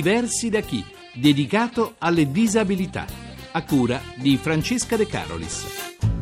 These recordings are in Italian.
Diversi da chi, dedicato alle disabilità, a cura di Francesca De Carolis.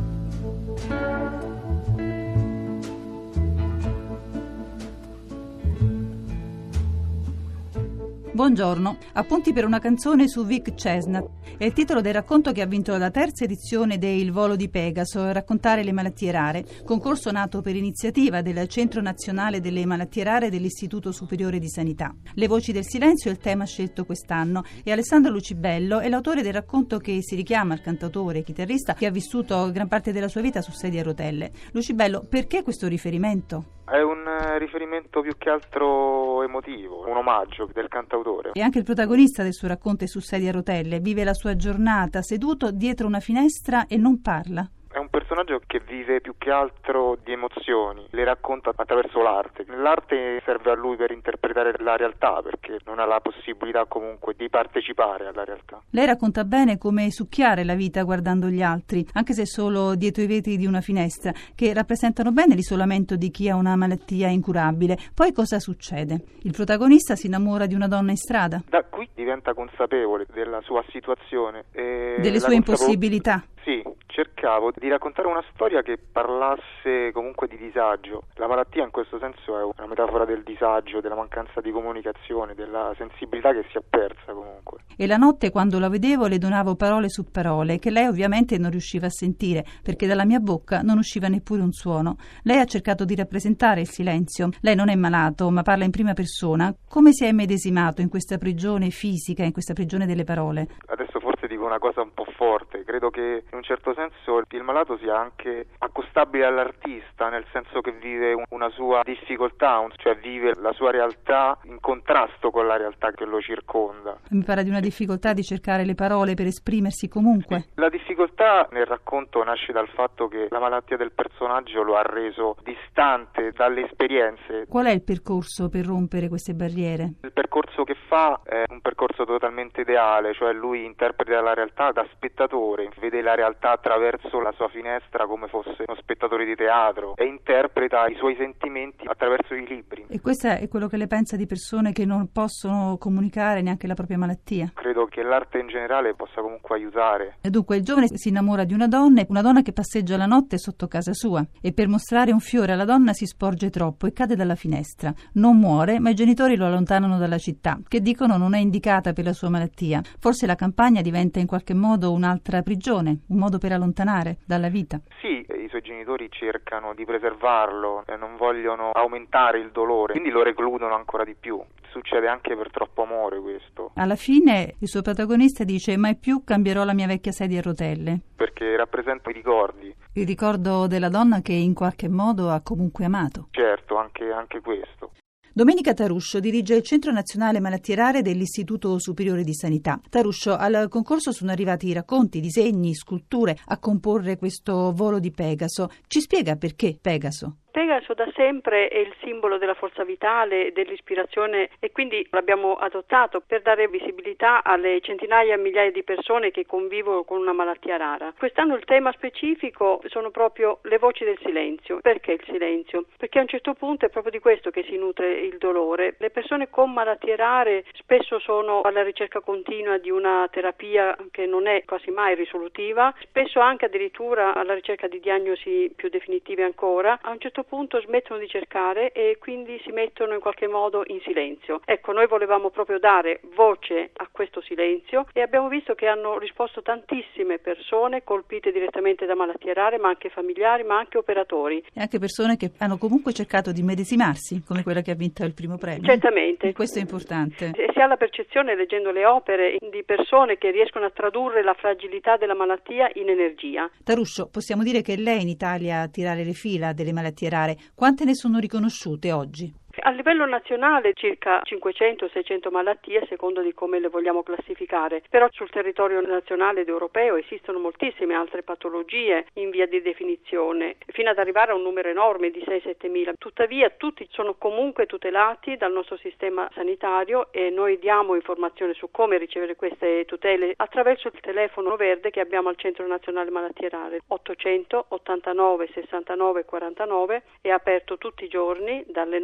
Buongiorno, appunti per una canzone su Vic Chesnutt. È il titolo del racconto che ha vinto la terza edizione de Il volo di Pegaso, Raccontare le malattie rare, concorso nato per iniziativa del Centro Nazionale delle Malattie Rare dell'Istituto Superiore di Sanità. Le voci del silenzio è il tema scelto quest'anno e Alessandro Lucibello è l'autore del racconto che si richiama al cantautore e chitarrista che ha vissuto gran parte della sua vita su sedie a rotelle. Lucibello, perché questo riferimento? È un riferimento più che altro emotivo, un omaggio del cantautore. E anche il protagonista del suo racconto è su sedia a rotelle, vive la sua giornata seduto dietro una finestra e non parla. È un personaggio che vive più che altro di emozioni, le racconta attraverso l'arte. L'arte serve a lui per interpretare la realtà, perché non ha la possibilità comunque di partecipare alla realtà. Lei racconta bene come succhiare la vita guardando gli altri, anche se solo dietro i vetri di una finestra, che rappresentano bene l'isolamento di chi ha una malattia incurabile. Poi cosa succede? Il protagonista si innamora di una donna in strada. Da qui diventa consapevole della sua situazione. Delle sue impossibilità. Sì, cercavo di raccontare una storia che parlasse comunque di disagio. La malattia in questo senso è una metafora del disagio, della mancanza di comunicazione, della sensibilità che si è persa comunque. E la notte quando la vedevo le donavo parole su parole che lei ovviamente non riusciva a sentire perché dalla mia bocca non usciva neppure un suono. Lei ha cercato di rappresentare il silenzio. Lei non è malato ma parla in prima persona. Come si è immedesimato in questa prigione fisica, in questa prigione delle parole? Adesso forse dico una cosa un po' forte, credo che in un certo senso il malato sia anche accostabile all'artista, nel senso che vive una sua difficoltà, cioè vive la sua realtà in contrasto con la realtà che lo circonda. Mi parla di una difficoltà di cercare le parole per esprimersi comunque. La difficoltà nel racconto nasce dal fatto che la malattia del personaggio lo ha reso distante dalle esperienze. Qual è il percorso per rompere queste barriere? Il percorso che fa è un percorso totalmente ideale, cioè lui interpreta la realtà da spettatore, vede la realtà attraverso la sua finestra come fosse uno spettatore di teatro e interpreta i suoi sentimenti attraverso i libri. E questo è quello che le pensa di persone che non possono comunicare neanche la propria malattia? Credo che l'arte in generale possa comunque aiutare. E dunque il giovane si innamora di una donna che passeggia la notte sotto casa sua e per mostrare un fiore alla donna si sporge troppo e cade dalla finestra. Non muore, ma i genitori lo allontanano dalla città, che dicono non è indicata per la sua malattia. Forse la campagna diventa in qualche modo un'altra prigione, un modo per allontanare dalla vita. Sì, i suoi genitori cercano di preservarlo e non vogliono aumentare il dolore, quindi lo recludono ancora di più. Succede anche per troppo amore questo. Alla fine il suo protagonista dice mai più cambierò la mia vecchia sedia a rotelle. Perché rappresenta i ricordi. Il ricordo della donna che in qualche modo ha comunque amato. Certo, anche questo. Domenica Taruscio dirige il Centro Nazionale Malattie Rare dell'Istituto Superiore di Sanità. Taruscio, al concorso sono arrivati racconti, disegni, sculture a comporre questo volo di Pegaso. Ci spiega perché Pegaso? Pegaso da sempre è il simbolo della forza vitale, dell'ispirazione e quindi l'abbiamo adottato per dare visibilità alle centinaia e migliaia di persone che convivono con una malattia rara. Quest'anno il tema specifico sono proprio le voci del silenzio. Perché il silenzio? Perché a un certo punto è proprio di questo che si nutre il dolore. Le persone con malattie rare spesso sono alla ricerca continua di una terapia che non è quasi mai risolutiva, spesso anche addirittura alla ricerca di diagnosi più definitive ancora. A un certo punto smettono di cercare e quindi si mettono in qualche modo in silenzio. Ecco, noi volevamo proprio dare voce a questo silenzio e abbiamo visto che hanno risposto tantissime persone colpite direttamente da malattie rare, ma anche familiari, ma anche operatori. E anche persone che hanno comunque cercato di medesimarsi, come quella che ha vinto il primo premio. Certamente. E questo è importante. E si ha la percezione, leggendo le opere, di persone che riescono a tradurre la fragilità della malattia in energia. Taruscio, possiamo dire che lei in Italia a tirare le fila delle malattie rare, quante ne sono riconosciute oggi? A livello nazionale circa 500-600 malattie a seconda di come le vogliamo classificare, però sul territorio nazionale ed europeo esistono moltissime altre patologie in via di definizione, fino ad arrivare a un numero enorme di 6-7 mila. Tuttavia tutti sono comunque tutelati dal nostro sistema sanitario e noi diamo informazione su come ricevere queste tutele attraverso il telefono verde che abbiamo al Centro Nazionale Malattie Rare. 800 89 69 49, è aperto tutti i giorni dalle 9 alle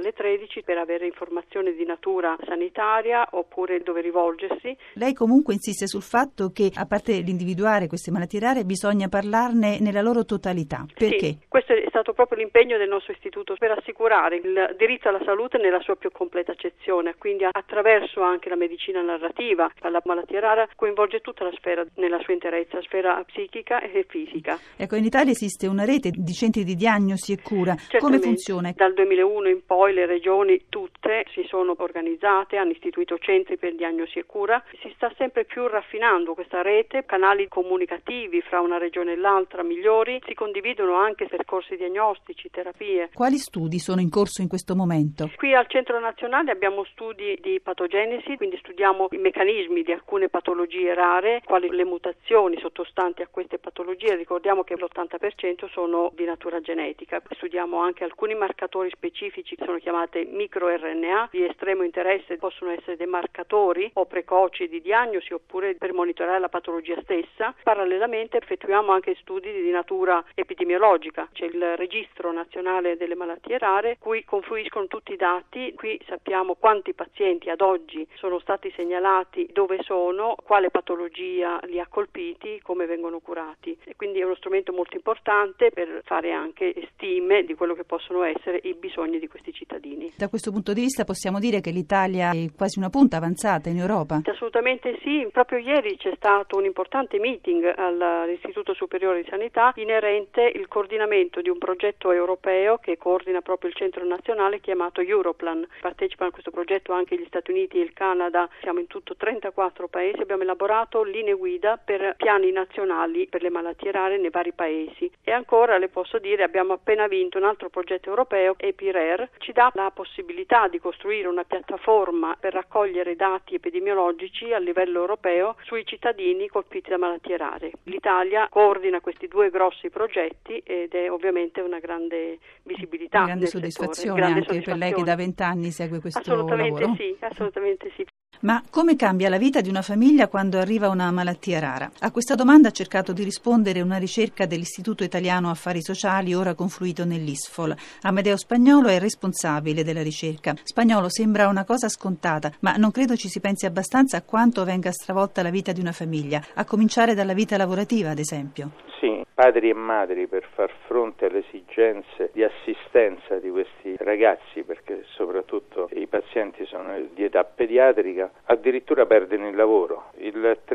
2013 per avere informazioni di natura sanitaria oppure dove rivolgersi. Lei comunque insiste sul fatto che, a parte l'individuare queste malattie rare, bisogna parlarne nella loro totalità. Perché? Sì, questo è stato proprio l'impegno del nostro istituto per assicurare il diritto alla salute nella sua più completa accezione, quindi attraverso anche la medicina narrativa. La malattia rara coinvolge tutta la sfera nella sua interezza, sfera psichica e fisica. Ecco, in Italia esiste una rete di centri di diagnosi e cura. Come funziona? Dal 2001 in poi le regioni tutte si sono organizzate, hanno istituito centri per diagnosi e cura. Si sta sempre più raffinando questa rete, canali comunicativi fra una regione e l'altra migliori, si condividono anche percorsi diagnostici, terapie. Quali studi sono in corso in questo momento? Qui al Centro Nazionale abbiamo studi di patogenesi, quindi studiamo i meccanismi di alcune patologie rare, quali le mutazioni sottostanti a queste patologie. Ricordiamo che l'80% sono di natura genetica. Studiamo anche alcuni marcatori specifici, sono chiamate microRNA, di estremo interesse, possono essere dei marcatori o precoci di diagnosi oppure per monitorare la patologia stessa. Parallelamente effettuiamo anche studi di natura epidemiologica, c'è il Registro Nazionale delle Malattie Rare, cui confluiscono tutti i dati. Qui sappiamo quanti pazienti ad oggi sono stati segnalati, dove sono, quale patologia li ha colpiti, come vengono curati. E quindi è uno strumento molto importante per fare anche stime di quello che possono essere i bisogni di questi cittadini. Da questo punto di vista possiamo dire che l'Italia è quasi una punta avanzata in Europa? Assolutamente sì, proprio ieri c'è stato un importante meeting all'Istituto Superiore di Sanità inerente il coordinamento di un progetto europeo che coordina proprio il Centro Nazionale chiamato Europlan. Partecipano a questo progetto anche gli Stati Uniti e il Canada, siamo in tutto 34 paesi, abbiamo elaborato linee guida per piani nazionali per le malattie rare nei vari paesi. E ancora le posso dire, abbiamo appena vinto un altro progetto europeo, EpiRare, ci dà la possibilità di costruire una piattaforma per raccogliere dati epidemiologici a livello europeo sui cittadini colpiti da malattie rare. L'Italia coordina questi due grossi progetti ed è ovviamente una grande visibilità. Una grande soddisfazione anche per lei che da 20 anni segue questo lavoro. Assolutamente sì. Ma come cambia la vita di una famiglia quando arriva una malattia rara? A questa domanda ha cercato di rispondere una ricerca dell'Istituto Italiano Affari Sociali, ora confluito nell'ISFOL. Amedeo Spagnolo è responsabile della ricerca. Spagnolo, sembra una cosa scontata, ma non credo ci si pensi abbastanza a quanto venga stravolta la vita di una famiglia, a cominciare dalla vita lavorativa, ad esempio. Sì, padri e madri per far fronte alle esigenze di assistenza di questi ragazzi, perché soprattutto i pazienti sono di età pediatrica, addirittura perdono il lavoro. Il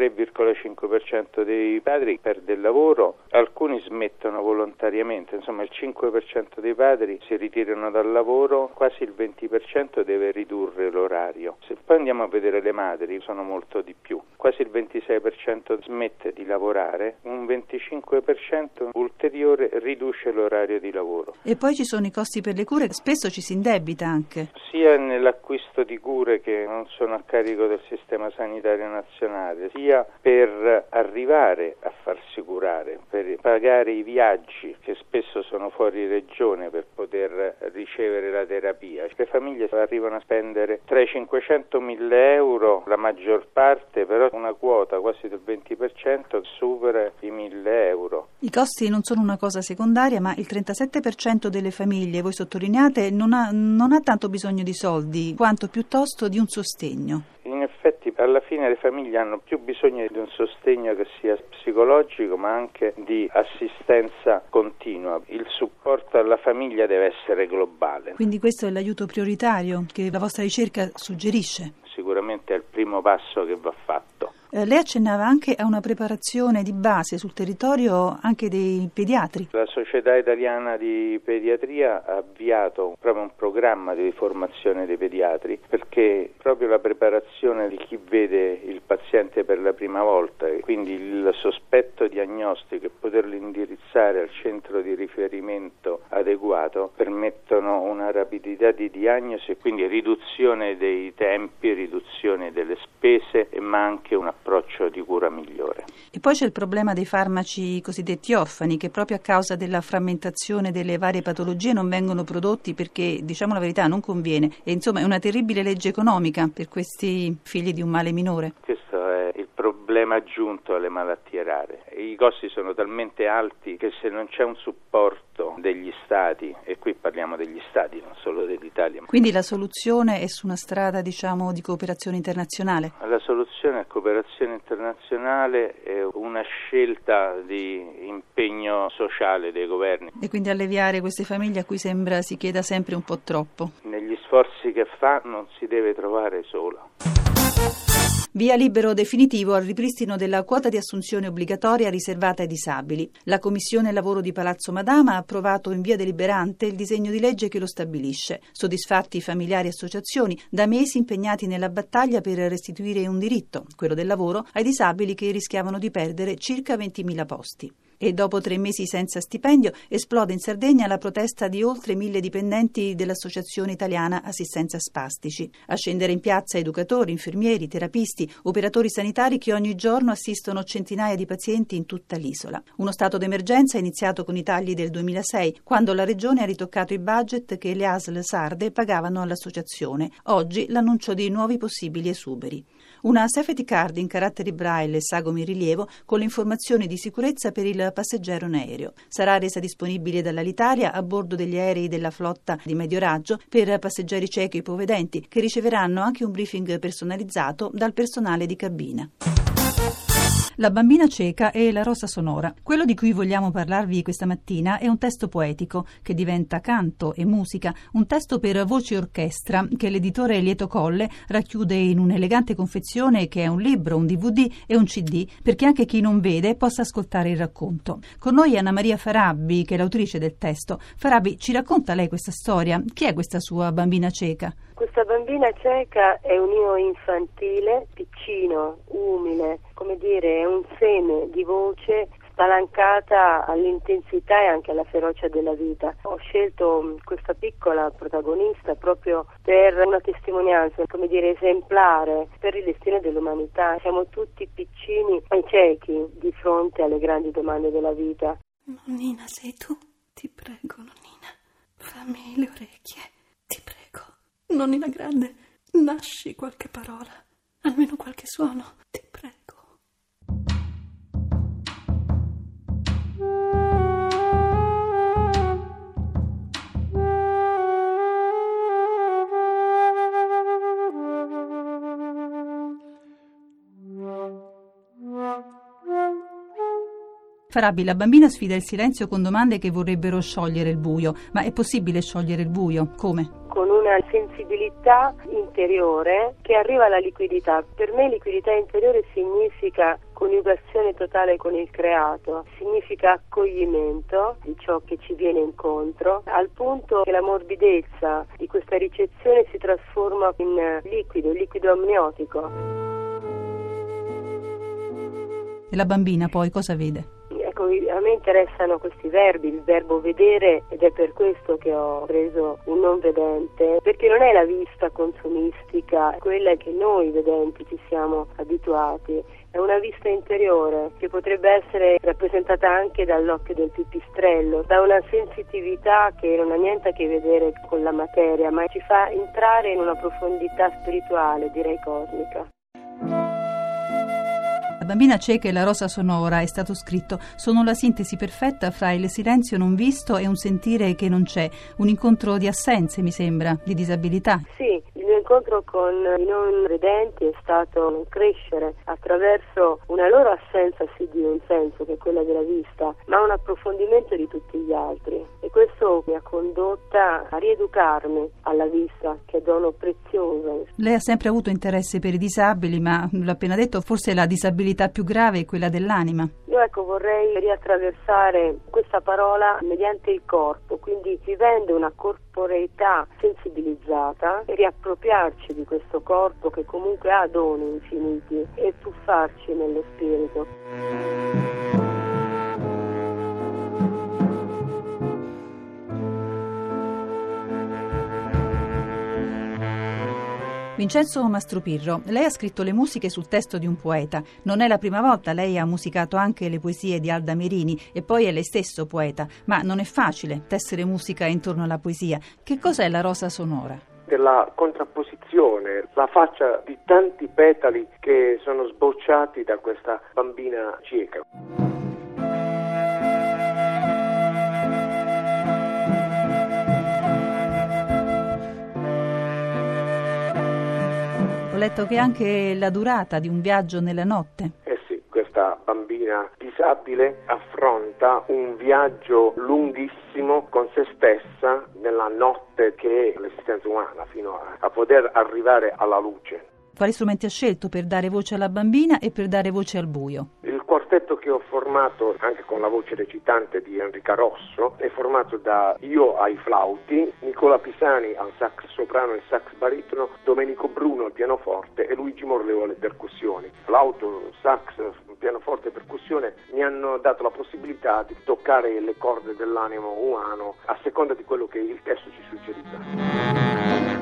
3,5% dei padri perde il lavoro, alcuni smettono volontariamente, insomma il 5% dei padri si ritirano dal lavoro, quasi il 20% deve ridurre l'orario. Se poi andiamo a vedere le madri, sono molto di più, quasi il 26% smette di lavorare, un 25% ulteriore riduce l'orario di lavoro. E poi ci sono i costi per le cure, spesso ci si indebita anche. Sia nell'acquisto di cure che non sono a carico del sistema sanitario nazionale, sia per arrivare a farsi curare, per pagare i viaggi che spesso sono fuori regione per poter ricevere la terapia. Le famiglie arrivano a spendere tra i 500 e 1.000 euro, la maggior parte, però una quota quasi del 20% supera i 1.000 euro. I costi non sono una cosa secondaria, ma il 37% delle famiglie, voi sottolineate, non ha tanto bisogno di soldi, quanto piuttosto di un sostegno. In effetti alla fine le famiglie hanno più bisogno di un sostegno che sia psicologico ma anche di assistenza continua. Il supporto alla famiglia deve essere globale. Quindi questo è l'aiuto prioritario che la vostra ricerca suggerisce? Sicuramente è il primo passo che va fatto. Lei accennava anche a una preparazione di base sul territorio anche dei pediatri. La Società Italiana di Pediatria ha avviato proprio un programma di formazione dei pediatri, perché proprio la preparazione di chi vede il paziente per la prima volta e quindi il sospetto diagnostico e poterlo indirizzare al centro di riferimento adeguato permettono una rapidità di diagnosi e quindi riduzione dei tempi, riduzione delle spese ma anche un approccio di cura migliore. E poi c'è il problema dei farmaci cosiddetti orfani, che proprio a causa della frammentazione delle varie patologie non vengono prodotti perché, diciamo la verità, non conviene. E insomma è una terribile legge economica per questi figli di un male minore. Questo è il problema problema aggiunto alle malattie rare. I costi sono talmente alti che se non c'è un supporto degli Stati, e qui parliamo degli Stati, non solo dell'Italia. Quindi la soluzione è su una strada, diciamo, di cooperazione internazionale? La soluzione è cooperazione internazionale e una scelta di impegno sociale dei governi. E quindi alleviare queste famiglie a cui sembra si chieda sempre un po' troppo. Negli sforzi che fa non si deve trovare sola. Via libero definitivo al ripristino della quota di assunzione obbligatoria riservata ai disabili. La Commissione Lavoro di Palazzo Madama ha approvato in via deliberante il disegno di legge che lo stabilisce. Soddisfatti familiari e associazioni, da mesi impegnati nella battaglia per restituire un diritto, quello del lavoro, ai disabili che rischiavano di perdere circa 20.000 posti. E dopo 3 mesi senza stipendio esplode in Sardegna la protesta di oltre 1.000 dipendenti dell'Associazione Italiana Assistenza Spastici. A scendere in piazza educatori, infermieri, terapisti, operatori sanitari che ogni giorno assistono centinaia di pazienti in tutta l'isola. Uno stato d'emergenza iniziato con i tagli del 2006, quando la Regione ha ritoccato i budget che le ASL sarde pagavano all'associazione. Oggi l'annuncio di nuovi possibili esuberi. Una safety card in caratteri braille e sagome in rilievo con le informazioni di sicurezza per il passeggero in aereo. Sarà resa disponibile dall'Alitalia a bordo degli aerei della flotta di medio raggio per passeggeri ciechi e ipovedenti, che riceveranno anche un briefing personalizzato dal personale di cabina. La bambina cieca e la rosa sonora. Quello di cui vogliamo parlarvi questa mattina è un testo poetico che diventa canto e musica, un testo per voce e orchestra che l'editore Lieto Colle racchiude in un'elegante confezione che è un libro, un DVD e un CD, perché anche chi non vede possa ascoltare il racconto. Con noi è Anna Maria Farabbi, che è l'autrice del testo. Farabbi, ci racconta lei questa storia? Chi è questa sua bambina cieca? Questa bambina cieca è un io infantile, piccino, umile, come dire, è un seme di voce spalancata all'intensità e anche alla ferocia della vita. Ho scelto questa piccola protagonista proprio per una testimonianza, come dire, esemplare per il destino dell'umanità. Siamo tutti piccini e ciechi di fronte alle grandi domande della vita. Nonnina, sei tu? Ti prego, nonnina, fammi le orecchie, ti prego. Nonnina grande, nasci qualche parola, almeno qualche suono, ti prego. Farabbi, la bambina sfida il silenzio con domande che vorrebbero sciogliere il buio. Ma è possibile sciogliere il buio? Come? Con una sensibilità interiore che arriva alla liquidità. Per me liquidità interiore significa coniugazione totale con il creato, significa accoglimento di ciò che ci viene incontro, al punto che la morbidezza di questa ricezione si trasforma in liquido amniotico. E la bambina poi cosa vede? Ecco, a me interessano questi verbi, il verbo vedere, ed è per questo che ho preso un non vedente, perché non è la vista consumistica, quella che noi vedenti ci siamo abituati, è una vista interiore che potrebbe essere rappresentata anche dall'occhio del pipistrello, da una sensitività che non ha niente a che vedere con la materia, ma ci fa entrare in una profondità spirituale, direi cosmica. La bambina cieca e la rosa sonora, è stato scritto, sono la sintesi perfetta fra il silenzio non visto e un sentire che non c'è, un incontro di assenze, mi sembra, di disabilità. Sì, il mio incontro con i non vedenti è stato un crescere attraverso una loro assenza sì di un senso, che è quella della vista, ma un approfondimento di tutti gli altri, e questo mi ha condotta a rieducarmi alla vista, che è dono prezioso. Lei ha sempre avuto interesse per i disabili, ma l'ho appena detto, forse la disabilità più grave è quella dell'anima. Io vorrei riattraversare questa parola mediante il corpo, quindi vivendo una corporeità sensibilizzata e riappropriarci di questo corpo che comunque ha doni infiniti e tuffarci nello spirito. Vincenzo Mastropirro, lei ha scritto le musiche sul testo di un poeta. Non è la prima volta, lei ha musicato anche le poesie di Alda Merini e poi è lei stesso poeta, ma non è facile tessere musica intorno alla poesia. Che cos'è la rosa sonora? della contrapposizione, la faccia di tanti petali che sono sbocciati da questa bambina cieca. Ho letto che anche la durata di un viaggio nella notte. Sì, questa bambina disabile affronta un viaggio lunghissimo con se stessa nella notte che è l'esistenza umana, fino a poter arrivare alla luce. Quali strumenti ha scelto per dare voce alla bambina e per dare voce al buio? Il quartetto che ho formato, anche con la voce recitante di Enrica Rosso, è formato da io ai flauti, Nicola Pisani al sax soprano e sax baritono, Domenico Bruno al pianoforte e Luigi Morleo alle percussioni. Flauto, sax, pianoforte e percussione mi hanno dato la possibilità di toccare le corde dell'animo umano a seconda di quello che il testo ci suggeriva.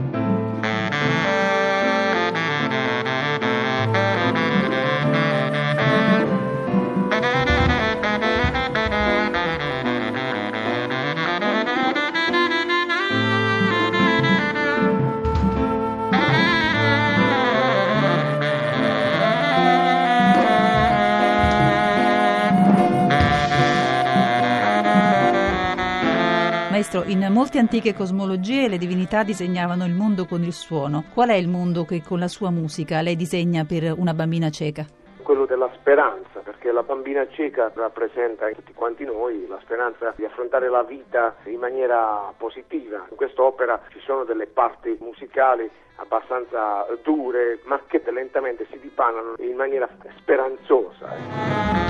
Maestro, in molte antiche cosmologie le divinità disegnavano il mondo con il suono. Qual è il mondo che con la sua musica lei disegna per una bambina cieca? Quello della speranza, perché la bambina cieca rappresenta tutti quanti noi la speranza di affrontare la vita in maniera positiva. In quest'opera ci sono delle parti musicali abbastanza dure, ma che lentamente si dipanano in maniera speranzosa.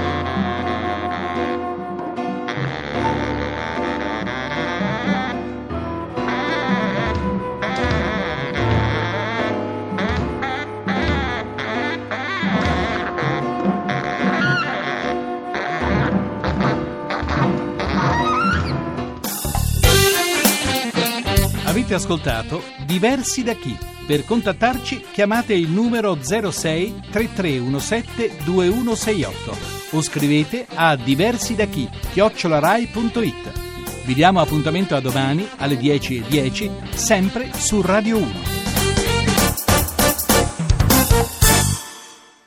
Avete ascoltato Diversi da chi? Per contattarci chiamate il numero 06 3317 2168 o scrivete a diversidachi@rai.it. Vi diamo appuntamento a domani alle 10:10, sempre su Radio 1.